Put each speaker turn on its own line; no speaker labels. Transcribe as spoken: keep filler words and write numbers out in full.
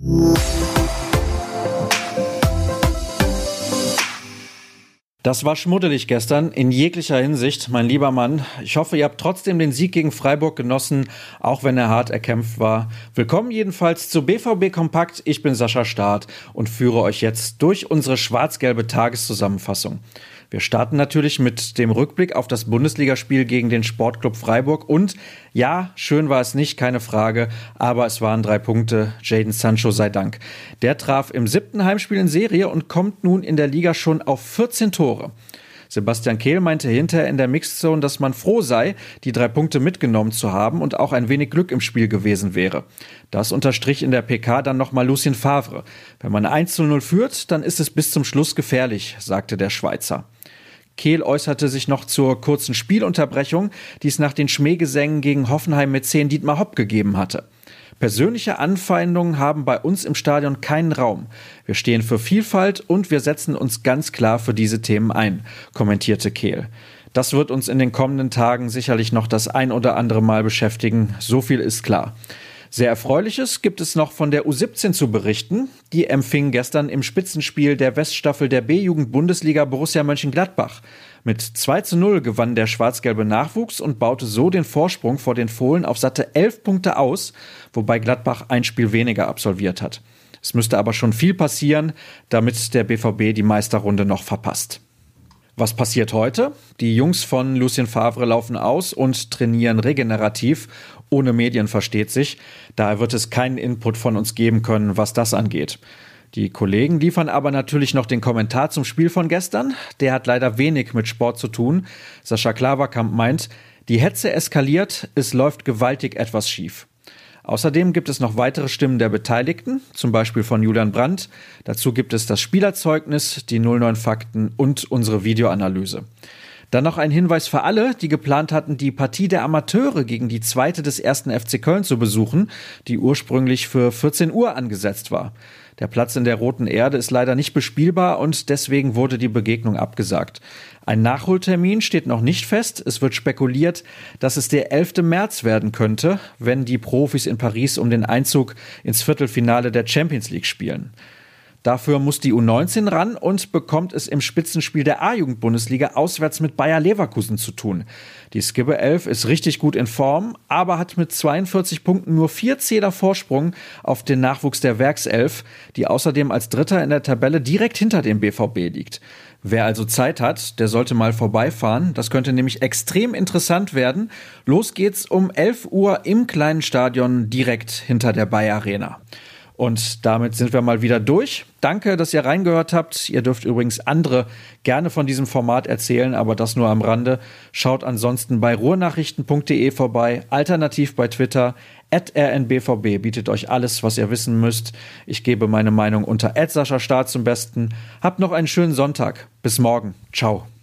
Das war schmuddelig gestern, in jeglicher Hinsicht, mein lieber Mann. Ich hoffe, ihr habt trotzdem den Sieg gegen Freiburg genossen, auch wenn er hart erkämpft war. Willkommen jedenfalls zu B V B Kompakt. Ich bin Sascha Staat und führe euch jetzt durch unsere schwarz-gelbe Tageszusammenfassung. Wir starten natürlich mit dem Rückblick auf das Bundesligaspiel gegen den Sportclub Freiburg. Und ja, schön war es nicht, keine Frage, aber es waren drei Punkte. Jadon Sancho sei Dank. Der traf im siebten Heimspiel in Serie und kommt nun in der Liga schon auf vierzehn Tore. Sebastian Kehl meinte hinterher in der Mixzone, dass man froh sei, die drei Punkte mitgenommen zu haben und auch ein wenig Glück im Spiel gewesen wäre. Das unterstrich in der P K dann nochmal Lucien Favre. Wenn man eins zu null führt, dann ist es bis zum Schluss gefährlich, sagte der Schweizer. Kehl äußerte sich noch zur kurzen Spielunterbrechung, die es nach den Schmähgesängen gegen Hoffenheim mit zehn Dietmar Hopp gegeben hatte. Persönliche Anfeindungen haben bei uns im Stadion keinen Raum. Wir stehen für Vielfalt und wir setzen uns ganz klar für diese Themen ein, kommentierte Kehl. Das wird uns in den kommenden Tagen sicherlich noch das ein oder andere Mal beschäftigen, so viel ist klar. Sehr Erfreuliches gibt es noch von der U siebzehn zu berichten. Die empfing gestern im Spitzenspiel der Weststaffel der B-Jugend-Bundesliga Borussia Mönchengladbach. Mit zwei zu null gewann der schwarz-gelbe Nachwuchs und baute so den Vorsprung vor den Fohlen auf satte elf Punkte aus, wobei Gladbach ein Spiel weniger absolviert hat. Es müsste aber schon viel passieren, damit der B V B die Meisterrunde noch verpasst. Was passiert heute? Die Jungs von Lucien Favre laufen aus und trainieren regenerativ. Ohne Medien versteht sich. Daher wird es keinen Input von uns geben können, was das angeht. Die Kollegen liefern aber natürlich noch den Kommentar zum Spiel von gestern. Der hat leider wenig mit Sport zu tun. Sascha Klaverkamp meint, die Hetze eskaliert, es läuft gewaltig etwas schief. Außerdem gibt es noch weitere Stimmen der Beteiligten, zum Beispiel von Julian Brandt. Dazu gibt es das Spielerzeugnis, die null neun Fakten und unsere Videoanalyse. Dann noch ein Hinweis für alle, die geplant hatten, die Partie der Amateure gegen die zweite des ersten F C Köln zu besuchen, die ursprünglich für vierzehn Uhr angesetzt war. Der Platz in der Roten Erde ist leider nicht bespielbar und deswegen wurde die Begegnung abgesagt. Ein Nachholtermin steht noch nicht fest. Es wird spekuliert, dass es der elfte März werden könnte, wenn die Profis in Paris um den Einzug ins Viertelfinale der Champions League spielen. Dafür muss die U neunzehn ran und bekommt es im Spitzenspiel der A-Jugend-Bundesliga auswärts mit Bayer Leverkusen zu tun. Die Skibbe elf ist richtig gut in Form, aber hat mit zweiundvierzig Punkten nur vier Zähler Vorsprung auf den Nachwuchs der Werkself, die außerdem als Dritter in der Tabelle direkt hinter dem B V B liegt. Wer also Zeit hat, der sollte mal vorbeifahren. Das könnte nämlich extrem interessant werden. Los geht's um elf Uhr im kleinen Stadion direkt hinter der Bayer Arena. Und damit sind wir mal wieder durch. Danke, dass ihr reingehört habt. Ihr dürft übrigens andere gerne von diesem Format erzählen, aber das nur am Rande. Schaut ansonsten bei ruhrnachrichten punkt de vorbei, alternativ bei Twitter. at r n b v b bietet euch alles, was ihr wissen müsst. Ich gebe meine Meinung unter at Sascha Staat zum Besten. Habt noch einen schönen Sonntag. Bis morgen. Ciao.